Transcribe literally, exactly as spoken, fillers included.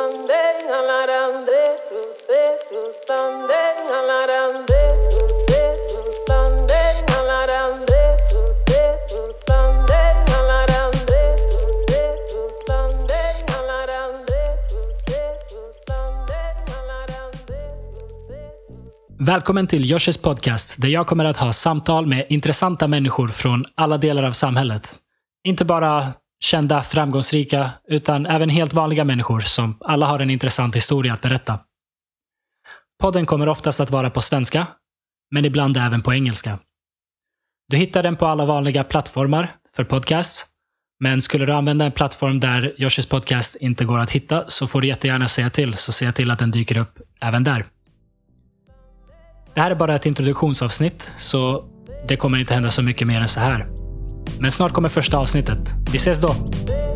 Välkommen till Joshes podcast där jag kommer att ha samtal med intressanta människor från alla delar av samhället. Inte bara kända, framgångsrika, utan även helt vanliga människor som alla har en intressant historia att berätta. Podden kommer oftast att vara på svenska, men ibland även på engelska. Du hittar den på alla vanliga plattformar för podcasts, men skulle du använda en plattform där Joshes podcast inte går att hitta så får du jättegärna säga till, så ser jag till att den dyker upp även där. Det här är bara ett introduktionsavsnitt, så det kommer inte hända så mycket mer än så här. Men snart kommer första avsnittet. Vi ses då!